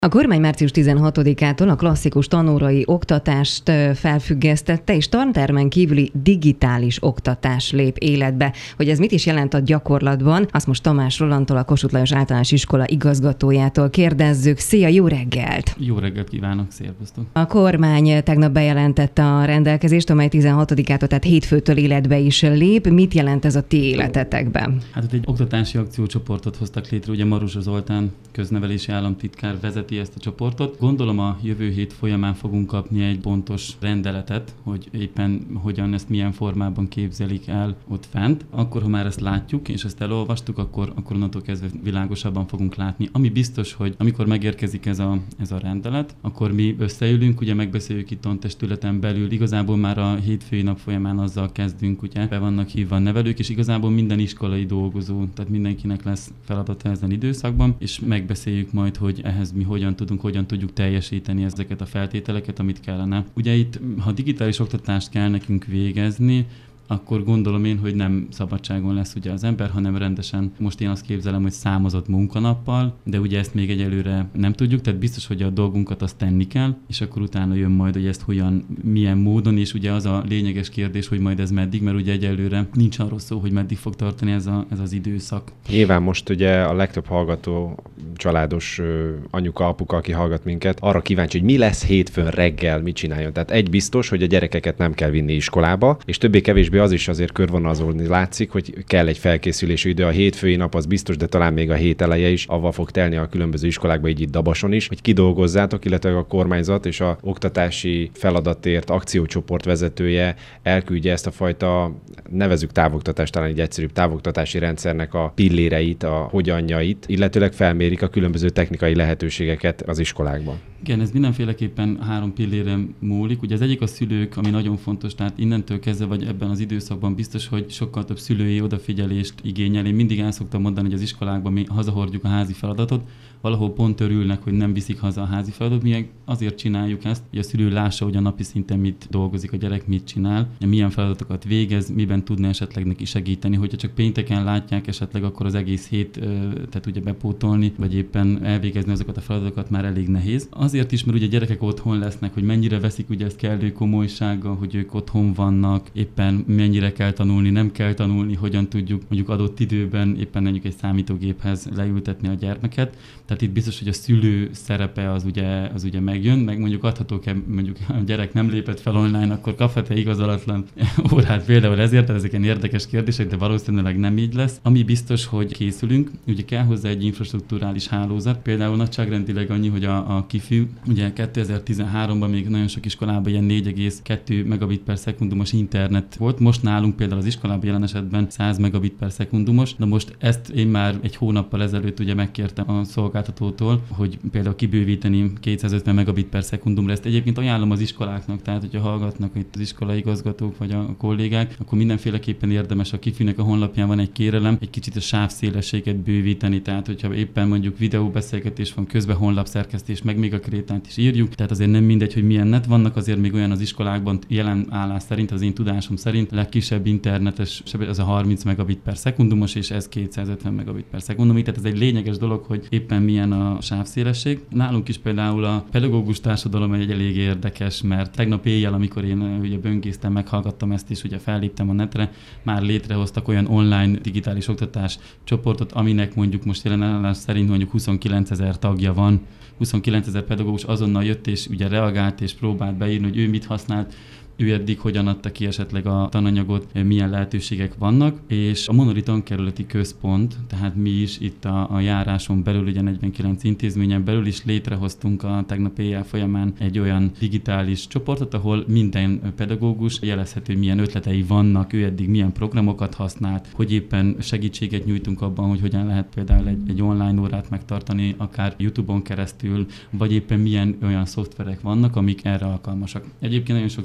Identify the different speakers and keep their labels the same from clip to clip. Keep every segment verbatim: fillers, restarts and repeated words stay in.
Speaker 1: A kormány március tizenhatodikától a klasszikus tanórai oktatást felfüggesztette, és tantermen kívüli digitális oktatás lép életbe. Hogy ez mit is jelent a gyakorlatban, azt most Tamás Rolandtól, a Kossuth Lajos Általános Iskola igazgatójától kérdezzük. Szia, jó reggelt!
Speaker 2: Jó reggelt kívánok, szervusztok!
Speaker 1: A kormány tegnap bejelentette a rendelkezést, amely tizenhatodikától, tehát hétfőtől életbe is lép. Mit jelent ez a ti életetekben?
Speaker 2: Hát itt egy oktatási akciócsoportot hoztak létre, ugye Maruzsa Zoltán köznevelési államtitkár vezeti ezt a csoportot. Gondolom a jövő hét folyamán fogunk kapni egy pontos rendeletet, hogy éppen hogyan ezt milyen formában képzelik el ott fent. Akkor, ha már ezt látjuk, és ezt elolvastuk, akkor, akkor onnantól kezdve világosabban fogunk látni. Ami biztos, hogy amikor megérkezik ez a, ez a rendelet, akkor mi összeülünk, ugye megbeszéljük itt a testületen belül. Igazából már a hétfői nap folyamán azzal kezdünk, ugye be vannak hívva a nevelők, és igazából minden iskolai dolgozó, tehát mindenkinek lesz feladata ezen időszakban, és megbeszéljük majd, hogy ehhez mi hogyan tudunk, hogyan tudjuk teljesíteni ezeket a feltételeket, amit kellene. Ugye itt, ha digitális oktatást kell nekünk végezni, akkor gondolom én, hogy nem szabadságon lesz ugye az ember, hanem rendesen, most én azt képzelem, hogy számozott munkanappal, de ugye ezt még egyelőre nem tudjuk, tehát biztos, hogy a dolgunkat azt tenni kell, és akkor utána jön majd, hogy ezt hogyan, milyen módon, és ugye az a lényeges kérdés, hogy majd ez meddig, mert ugye egyelőre nincs arról szó, hogy meddig fog tartani ez, a, ez az időszak.
Speaker 3: Nyilván most ugye a legtöbb hallgató, családos anyuka, apuka, aki hallgat minket, arra kíváncsi, hogy mi lesz hétfőn reggel, mit csináljon. Tehát egy biztos, hogy a gyerekeket nem kell vinni iskolába, és többé-kevésbé az is azért körvonalazódni látszik, hogy kell egy felkészülési idő. A hétfői nap az biztos, de talán még a hét eleje is avval fog telni a különböző iskolákban, így itt Dabason is, hogy kidolgozzátok, illetve a kormányzat és a oktatási feladatért akciócsoport vezetője elküldje ezt a fajta, nevezzük távoktatást, talán egy egyszerűbb távoktatási rendszernek a pilléreit, a hogyanjait, illetőleg felmérik a különböző technikai lehetőségeket az iskolákban.
Speaker 2: Igen, ez mindenféleképpen három pillére múlik. Ugye az egyik a szülők, ami nagyon fontos, tehát innentől kezdve vagy ebben az időszakban biztos, hogy sokkal több szülői odafigyelést igényel. Én mindig el szoktam mondani, hogy az iskolákban mi hazahordjuk a házi feladatot, valahol pont örülnek, hogy nem viszik haza a házi feladatot, mi azért csináljuk ezt, hogy a szülő lássa, hogy a napi szinten mit dolgozik a gyerek, mit csinál, milyen feladatokat végez, miben tudna esetleg neki segíteni. Hogyha csak pénteken látják esetleg, akkor az egész hét tehát ugye bepótolni, vagy éppen elvégezni azokat a feladatokat már elég nehéz. Azért is, mert ugye gyerekek otthon lesznek, hogy mennyire veszik ugye ezt kellő komolysággal, hogy ők otthon vannak, éppen mennyire kell tanulni, nem kell tanulni, hogyan tudjuk mondjuk adott időben éppen mondjuk egy számítógéphez leültetni a gyermeket. Tehát itt biztos, hogy a szülő szerepe az ugye, az ugye megjön, meg mondjuk adhatók-e, mondjuk a gyerek nem lépett fel online, akkor kaphat-e igazolatlan órát például ezért, tehát ezek ilyen érdekes kérdések, de valószínűleg nem így lesz. Ami biztos, hogy készülünk, ugye kell hozzá egy infrastrukturális hálózat, például nagyságrendileg annyi, hogy a, a kifű, ugye kétezer-tizenháromban még nagyon sok iskolában ilyen négy egész kettő megabit per szekundumos internet volt, most nálunk például az iskolában jelen esetben száz megabit per szekundumos, de most ezt én már egy hónappal ezelőtt ugye megkértem a szolgáltatótól, hogy például kibővíteni kétszázötven megabit per szekundumra. Ezt egyébként ajánlom az iskoláknak, tehát hogyha hallgatnak itt az iskolai igazgatók vagy a kollégák, akkor mindenféleképpen érdemes, a Kifűnek a honlapján van egy kérelem, egy kicsit a sávszélességet bővíteni, tehát hogyha éppen mondjuk videóbeszélgetés van, közben honlapszerkesztés, meg még a krétát is írjuk, tehát azért nem mindegy, hogy milyen net vannak, azért még olyan az iskolákban jelen állás szerint, az én tudásom szerint legkisebb internetes az a harminc megabit per szekundumos, és ez kétszázötven megabit per szekundumos, tehát ez egy lényeges dolog, hogy éppen milyen a sávszélesség. Nálunk is például a pedagógus társadalom egy elég érdekes, mert tegnap éjjel, amikor én ugye böngésztem, meghallgattam ezt is, ugye felléptem a netre, már létrehoztak olyan online digitális oktatás csoportot, aminek mondjuk most jelen állás szerint mondjuk huszonkilencezer tagja van, huszonkilencezer pedagógus azonnal jött és ugye reagált és próbált beírni, hogy ő mit használt, ő eddig hogyan adta ki esetleg a tananyagot, milyen lehetőségek vannak, és a Monori Tankerületi Központ, tehát mi is itt a, a járáson belül, ugye negyvenkilenc intézményen belül is létrehoztunk a tegnap éjjel folyamán egy olyan digitális csoportot, ahol minden pedagógus jelezhető, hogy milyen ötletei vannak, ő eddig milyen programokat használt, hogy éppen segítséget nyújtunk abban, hogy hogyan lehet például egy, egy online órát megtartani, akár YouTube-on keresztül, vagy éppen milyen olyan szoftverek vannak, amik erre alkalmasak. Egyébként nagyon sok cég rá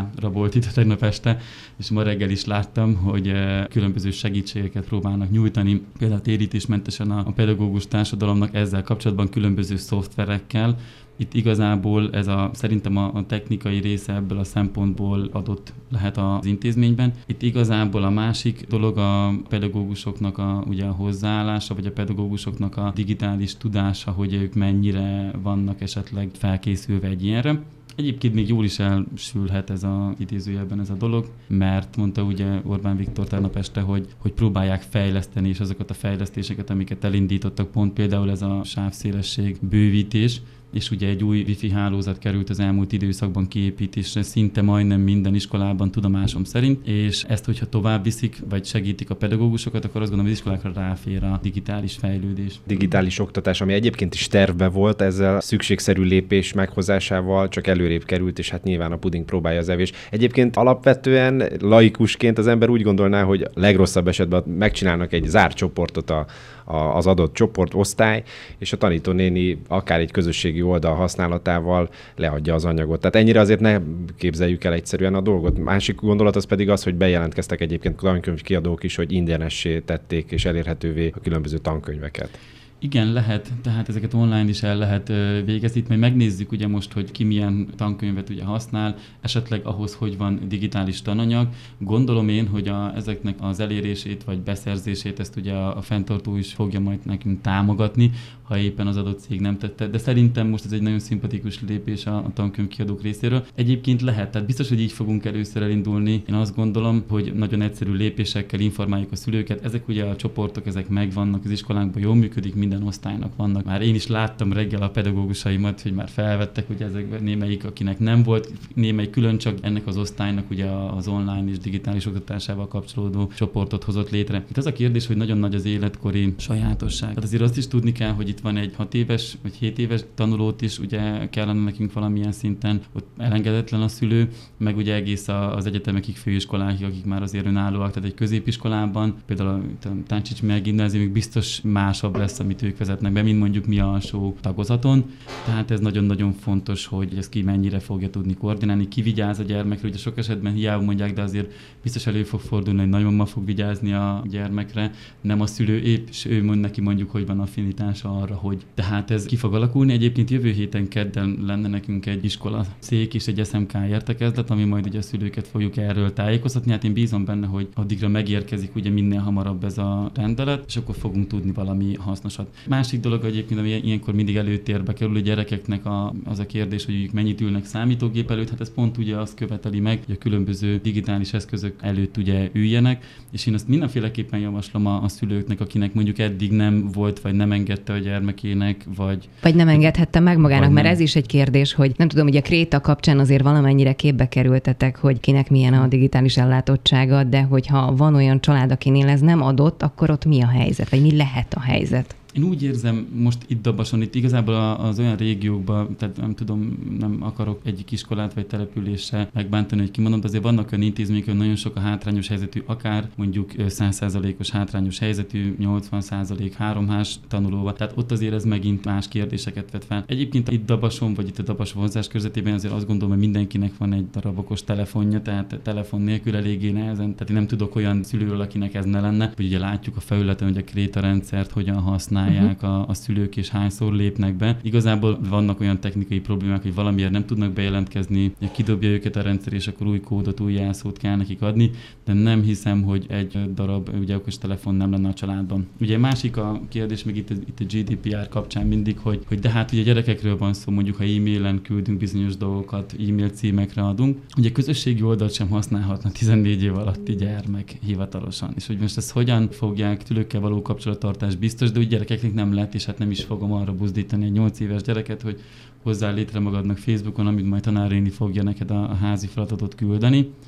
Speaker 2: rárabolt itt tegnap este, és ma reggel is láttam, hogy különböző segítségeket próbálnak nyújtani, például térítésmentesen a pedagógus társadalomnak ezzel kapcsolatban különböző szoftverekkel. Itt igazából ez a, szerintem a, a technikai része ebből a szempontból adott lehet az intézményben. Itt igazából a másik dolog a pedagógusoknak a, ugye a hozzáállása, vagy a pedagógusoknak a digitális tudása, hogy ők mennyire vannak esetleg felkészülve egy ilyenre. Egyébként még jól is elsülhet ez a idézőjelben ez a dolog, mert mondta ugye Orbán Viktor tegnap este, hogy, hogy próbálják fejleszteni, és azokat a fejlesztéseket, amiket elindítottak, pont például ez a sávszélesség bővítés, és ugye egy új wifi hálózat került az elmúlt időszakban kiépítésre, szinte majdnem minden iskolában tudomásom szerint, és ezt, hogyha tovább viszik, vagy segítik a pedagógusokat, akkor azt gondolom, hogy az iskolákra ráfér a digitális fejlődés.
Speaker 3: Digitális oktatás, ami egyébként is tervbe volt, ezzel szükségszerű lépés meghozásával csak előrébb került, és hát nyilván a puding próbálja az evés. Egyébként alapvetően laikusként az ember úgy gondolná, hogy legrosszabb esetben megcsinálnak egy zárt csoportot a, a, az adott csoport, osztály, és a tanítónéni akár egy közösségi oldal használatával leadja az anyagot. Tehát ennyire azért ne képzeljük el egyszerűen a dolgot. Másik gondolat az pedig az, hogy bejelentkeztek egyébként tankönyvkiadók is, hogy ingyenessé tették és elérhetővé a különböző tankönyveket.
Speaker 2: Igen, lehet, tehát ezeket online is el lehet végezni. Itt majd megnézzük ugye most, hogy ki milyen tankönyvet ugye használ, esetleg ahhoz, hogy van digitális tananyag. Gondolom én, hogy a, ezeknek az elérését vagy beszerzését ezt ugye a, a fenntartó is fogja majd nekünk támogatni, ha éppen az adott cég nem tette. De szerintem most ez egy nagyon szimpatikus lépés a, a tankönyvkiadók részéről. Egyébként lehet, tehát biztos, hogy így fogunk először elindulni. Én azt gondolom, hogy nagyon egyszerű lépésekkel informáljuk a szülőket. Ezek ugye a csoportok, ezek megvannak az iskolánkban, jól működik, minden osztálynak vannak. Már én is láttam reggel a pedagógusaimat, hogy már felvettek, hogy ezekben némelyik, akinek nem volt, némelyik külön csak ennek az osztálynak ugye az online és digitális oktatásával kapcsolódó csoportot hozott létre. Itt az a kérdés, hogy nagyon nagy az életkori sajátosság. Tehát azért azt is tudni kell, hogy itt van egy hat éves vagy hét éves tanulót is, ugye kellene nekünk valamilyen szinten, ott elengedetlen a szülő, meg ugye egész az egyetemekig, főiskolákig, akik már azért önállóak, tehát egy középiskolában, például a Táncsics Mihály gimnáziumig biztos másabb lesz, amit ők vezetnek be, mint mondjuk mi alsó tagozaton. Tehát ez nagyon-nagyon fontos, hogy ez ki mennyire fogja tudni koordinálni, ki vigyáz a gyermekre. Ugye sok esetben hiába mondják, de azért biztos elő fog fordulni, hogy nagymama fog vigyázni a gyermekre, nem a szülő, épp, és ő mond neki mondjuk, hogy van affinitása arra, hogy. Tehát ez ki fog alakulni. Egyébként jövő héten kedden lenne nekünk egy iskola szék és egy es em ká értekezlet, ami majd ugye a szülőket fogjuk erről tájékoztatni. Hát én bízom benne, hogy addigra megérkezik ugye minél hamarabb ez a rendelet, és akkor fogunk tudni valami hasznosat. Másik dolog egyébként, ami ilyenkor mindig előtérbe kerül a gyerekeknek a, az a kérdés, hogy ők mennyit ülnek számítógép előtt, hát ez pont ugye azt követeli meg, hogy a különböző digitális eszközök előtt ugye üljenek, és én azt mindenféleképpen javaslom a, a szülőknek, akinek mondjuk eddig nem volt, vagy nem engedte a gyermekének, vagy...
Speaker 1: Vagy nem engedhette meg magának, mert
Speaker 2: nem.
Speaker 1: Ez is egy kérdés, hogy nem tudom, hogy a Kréta kapcsán azért valamennyire képbe kerültetek, hogy kinek milyen a digitális ellátottsága, de hogyha van olyan család, akinél ez nem adott, akkor ott mi a helyzet, vagy mi lehet a helyzet?
Speaker 2: Én úgy érzem, most itt Dabason, itt igazából az olyan régiókban, tehát nem tudom, nem akarok egyik iskolát vagy településre megbántani, hogy kimondom, de azért vannak olyan intézmények, hogy nagyon sok a hátrányos helyzetű, akár mondjuk száz százalékos hátrányos helyzetű, nyolcvan százalék háromhás tanulóval, tehát ott azért ez megint más kérdéseket vet fel. Egyébként itt Dabason, vagy itt a Dabas vonzás körzetében azért azt gondolom, hogy mindenkinek van egy darab okos telefonja, tehát telefon nélkül eléggé nehezen, tehát én nem tudok olyan szülőről, akinek ez ne lenne, hogy ugye látjuk a felületen, hogy a Kréta rendszert hogyan használ a, a szülők és hányszor lépnek be. Igazából vannak olyan technikai problémák, hogy valamiért nem tudnak bejelentkezni, kidobja őket a rendszer, és akkor új kódot, új jelszót kell nekik adni, de nem hiszem, hogy egy darab ugye okos telefon nem lenne a családban. Ugye másik a kérdés, meg itt, itt a gé dé pé er kapcsán mindig, hogy, hogy de hát ugye gyerekekről van szó, mondjuk ha e-mailen küldünk bizonyos dolgokat, e-mail címekre adunk, ugye közösségi oldalt sem használhatna tizennégy év alatti gyermek hivatalosan. És hogy most ezt hogyan fogják szülőkkel való kapcsolattartás biztos, de úgy gyerekeknek nem lett, és hát nem is fogom arra buzdítani egy nyolc éves gyereket, hogy hozzá létre magadnak Facebookon, amit majd tanárnéni fogja neked a házi feladatot küldeni.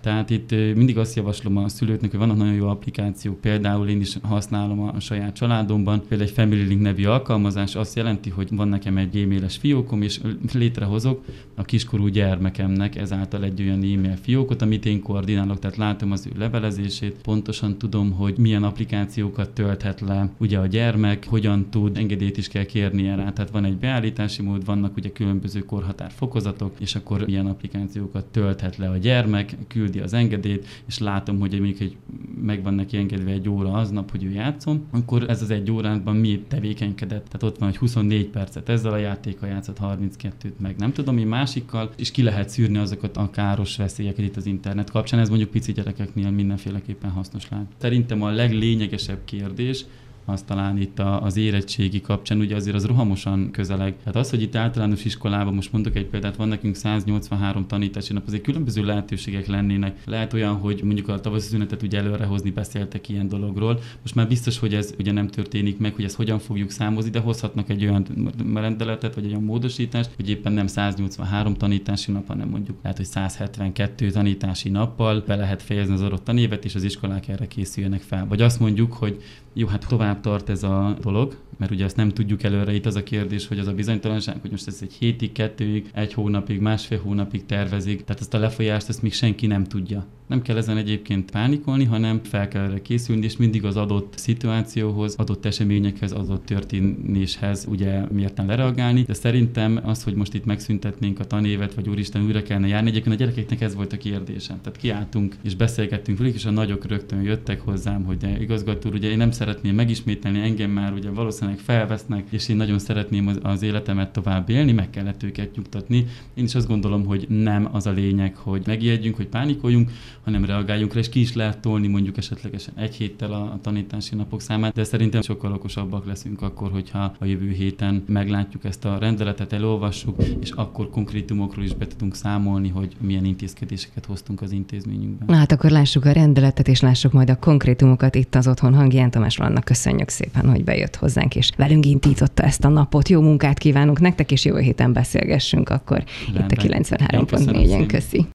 Speaker 2: Tehát itt mindig azt javaslom a szülőknek, hogy vannak nagyon jó applikációk, például én is használom a saját családomban, például egy Family Link nevű alkalmazás azt jelenti, hogy van nekem egy e-mailes fiókom, és létrehozok a kiskorú gyermekemnek ezáltal egy olyan e-mail fiókot, amit én koordinálok, tehát látom az ő levelezését, pontosan tudom, hogy milyen applikációkat tölthet le ugye a gyermek, hogyan tud, engedélyt is kell kérnie rá, tehát van egy beállítási mód, vannak ugye különböző korhatárfokozatok, és akkor ilyen applikációkat tölthet le a gyermek, küldi az engedélyt, és látom, hogy mondjuk egy, megvan neki engedve egy óra aznap, hogy ő játszon, akkor ez az egy órában mi tevékenykedett. Tehát ott van, hogy huszonnégy percet ezzel a játékkal játszott, harminckettőt meg nem tudom, én másikkal, és ki lehet szűrni azokat a káros veszélyeket itt az internet kapcsán. Ez mondjuk pici gyerekeknél mindenféleképpen hasznos lehet. Szerintem a leglényegesebb kérdés, az talán itt az érettségi kapcsán, ugye azért az rohamosan közeleg. Tehát az, hogy itt általános iskolában, most mondok egy példát, van nekünk száznyolcvanhárom tanítási nap, azért különböző lehetőségek lennének. Lehet olyan, hogy mondjuk a tavaszi szünetet ugye előrehozni, beszéltek ilyen dologról. Most már biztos, hogy ez ugye nem történik meg, hogy ezt hogyan fogjuk számozni, de hozhatnak egy olyan rendeletet, vagy egy olyan módosítást, hogy éppen nem száznyolcvanhárom tanítási nap, hanem mondjuk lehet, hogy százhetvenkettő tanítási nappal be lehet fejezni az adott tanévet, és az iskolák erre készüljenek fel. Vagy azt mondjuk, hogy jó, hát tovább tart ez a dolog, mert ugye ezt nem tudjuk előre, itt az a kérdés, hogy az a bizonytalanság, hogy most ez egy hétig, kettőig, egy hónapig, másfél hónapig tervezik, tehát ezt a lefolyást, ezt még senki nem tudja. Nem kell ezen egyébként pánikolni, hanem fel kell erre készülni, és mindig az adott szituációhoz, adott eseményekhez, adott történéshez ugye mérten lereagálni. De szerintem az, hogy most itt megszüntetnénk a tanévet, vagy úristen újra kellene járni, egyébként a gyerekeknek ez volt a kérdésem. Tehát kiálltunk és beszélgettünk velük, és a nagyok rögtön jöttek hozzám, hogy de igazgató, ugye én nem szeretném megismételni, engem már ugye valószínűleg felvesznek, és én nagyon szeretném az, az életemet tovább élni, meg kellett őket nyugtatni. Én is azt gondolom, hogy nem az a lényeg, hogy megijedjünk, hogy pánikoljunk, hanem reagáljunk rá, és ki is lehet tolni mondjuk esetlegesen egy héttel a, a tanítási napok számát, de szerintem sokkal okosabbak leszünk akkor, hogyha a jövő héten meglátjuk ezt a rendeletet, elolvassuk, és akkor konkrétumokról is be tudunk számolni, hogy milyen intézkedéseket hoztunk az intézményünkben.
Speaker 1: Na hát akkor lássuk a rendeletet, és lássuk majd a konkrétumokat itt az Otthon hangján. Tamás Rolandnak köszönjük szépen, hogy bejött hozzánk, és velünk indította ezt a napot. Jó munkát kívánunk nektek, és jövő héten beszélgessünk akkor Rendben. Itt a kilencvenhárom pont négyen. Köszi.